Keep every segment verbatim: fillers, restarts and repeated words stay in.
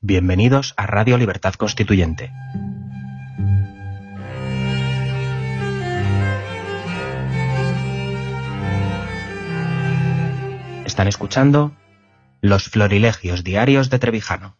Bienvenidos a Radio Libertad Constituyente. Están escuchando Los Florilegios Diarios de Trevijano.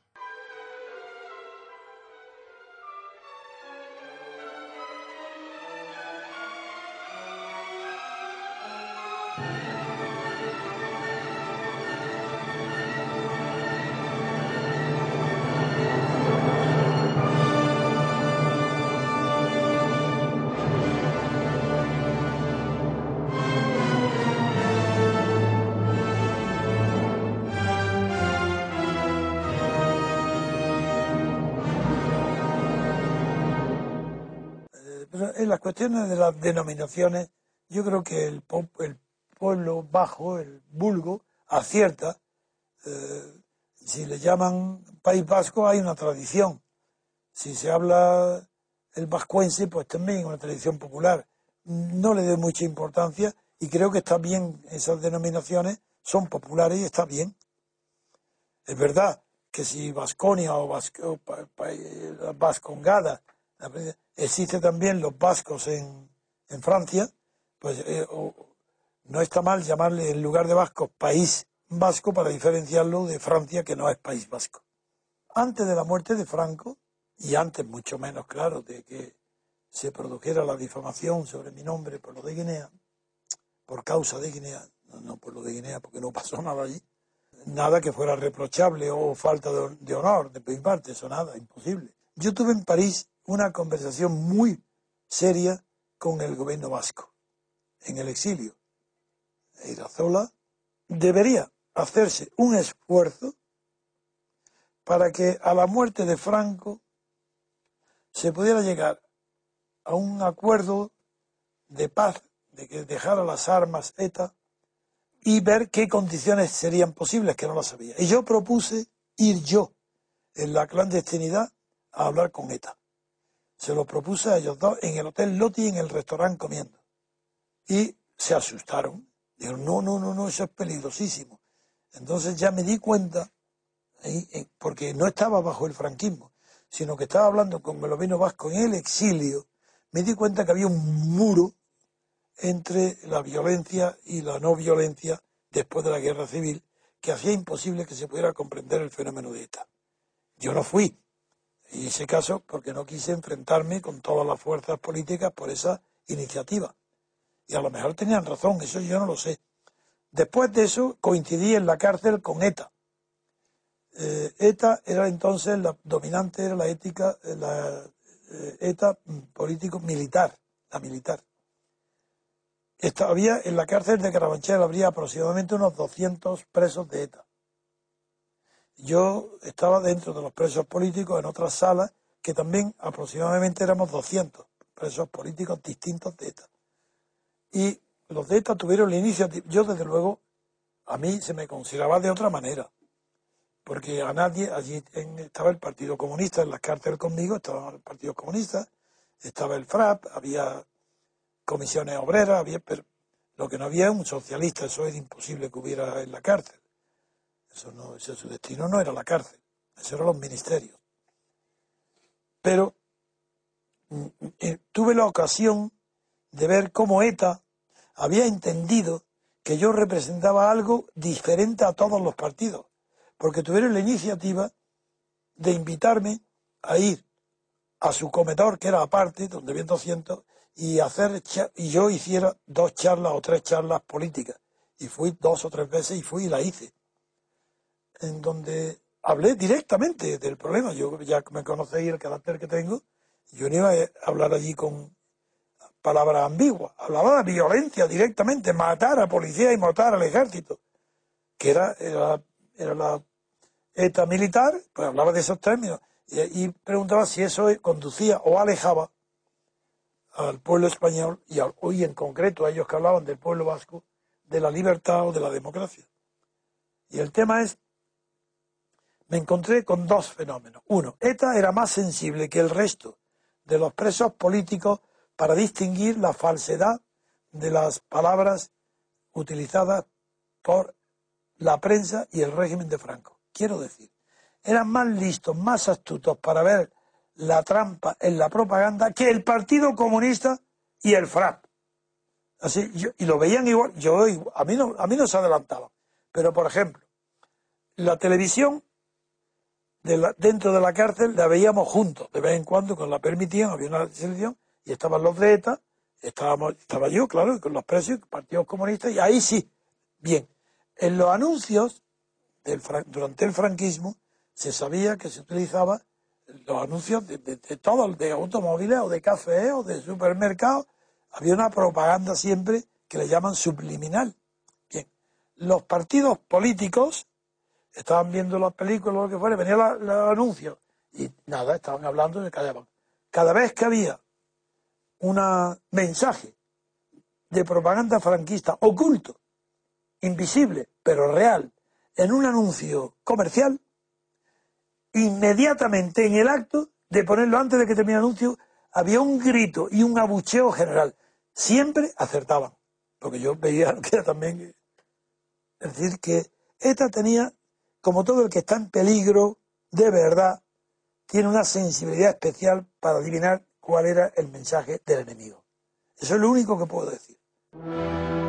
En las cuestiones de las denominaciones, yo creo que el, el pueblo bajo, el vulgo, acierta. Eh, si le llaman País Vasco, hay una tradición. Si se habla el vascuense, pues también una tradición popular. No le doy mucha importancia y creo que está bien, esas denominaciones son populares y está bien. Es verdad que si Vasconia o, Vasco, pa, pa, la Vascongada, existe también los vascos en, en Francia, pues eh, o, no está mal llamarle en lugar de vasco País Vasco para diferenciarlo de Francia, que no es País Vasco. Antes de la muerte de Franco, y antes mucho menos, claro, de que se produjera la difamación sobre mi nombre por lo de Guinea, por causa de Guinea, no, no por lo de Guinea porque no pasó nada allí, nada que fuera reprochable o falta de, de honor de mi parte, eso nada, imposible. Yo tuve en París una conversación muy seria con el gobierno vasco, en el exilio. Irazola debería hacerse un esfuerzo para que a la muerte de Franco se pudiera llegar a un acuerdo de paz, de que dejara las armas ETA y ver qué condiciones serían posibles, que no las sabía. Y yo propuse ir yo, en la clandestinidad, a hablar con ETA. Se lo propuse a ellos dos en el Hotel Loti, en el restaurante comiendo. Y se asustaron. Dijeron, no, no, no, no, eso es peligrosísimo. Entonces ya me di cuenta, porque no estaba bajo el franquismo, sino que estaba hablando con Melovino Vasco en el exilio, me di cuenta que había un muro entre la violencia y la no violencia después de la guerra civil, que hacía imposible que se pudiera comprender el fenómeno de ETA. Yo no fui. Y hice caso porque no quise enfrentarme con todas las fuerzas políticas por esa iniciativa. Y a lo mejor tenían razón, eso yo no lo sé. Después de eso coincidí en la cárcel con ETA. Eh, ETA era entonces, la dominante era la ética, la eh, ETA político-militar, la militar. Esta, había en la cárcel de Carabanchel habría aproximadamente unos doscientos presos de ETA. Yo estaba dentro de los presos políticos en otras salas, que también aproximadamente éramos doscientos presos políticos distintos de ETA. Y los de ETA tuvieron la iniciativa. Yo, desde luego, a mí se me consideraba de otra manera, porque a nadie, allí en, estaba el Partido Comunista en la cárcel conmigo, estaba el Partido Comunista, estaba el F R A P, había comisiones obreras, había, pero lo que no había es un socialista, eso era imposible que hubiera en la cárcel. Eso no, eso, su destino no era la cárcel, eso eran los ministerios. Pero eh, tuve la ocasión de ver cómo ETA había entendido que yo representaba algo diferente a todos los partidos, porque tuvieron la iniciativa de invitarme a ir a su comedor, que era aparte, donde había doscientos, y hacer y yo hiciera dos charlas o tres charlas políticas. Y fui dos o tres veces y fui y la hice. En donde hablé directamente del problema. Yo ya me conocéis el carácter que tengo. Yo no iba a hablar allí con palabras ambiguas. Hablaba de violencia directamente, matar a policía y matar al ejército, que era, era, era la ETA militar, pues hablaba de esos términos. Y, y preguntaba si eso conducía o alejaba al pueblo español, y a, hoy en concreto a ellos que hablaban del pueblo vasco, de la libertad o de la democracia. Y el tema es, me encontré con dos fenómenos. Uno, ETA era más sensible que el resto de los presos políticos para distinguir la falsedad de las palabras utilizadas por la prensa y el régimen de Franco. Quiero decir, eran más listos, más astutos para ver la trampa en la propaganda que el Partido Comunista y el FRAP. Así, yo, y lo veían igual, yo a mí no, a mí no se adelantaban. Pero, por ejemplo, la televisión de la, dentro de la cárcel la veíamos juntos, de vez en cuando, cuando la permitían, había una selección, y estaban los de ETA, estábamos, estaba yo, claro, con los presos, partidos comunistas, y ahí sí, bien. En los anuncios, del, durante el franquismo, se sabía que se utilizaba los anuncios de, de, de todos, de automóviles, o de café, o de supermercados, había una propaganda siempre que le llaman subliminal. Bien, los partidos políticos estaban viendo las películas o lo que fuera, venían los, los anuncios y nada, estaban hablando y callaban. Cada vez que había un mensaje de propaganda franquista oculto, invisible, pero real, en un anuncio comercial, inmediatamente en el acto de ponerlo antes de que termine el anuncio, había un grito y un abucheo general. Siempre acertaban, porque yo veía que era también... Es decir, que ETA tenía, como todo el que está en peligro, de verdad, tiene una sensibilidad especial para adivinar cuál era el mensaje del enemigo. Eso es lo único que puedo decir.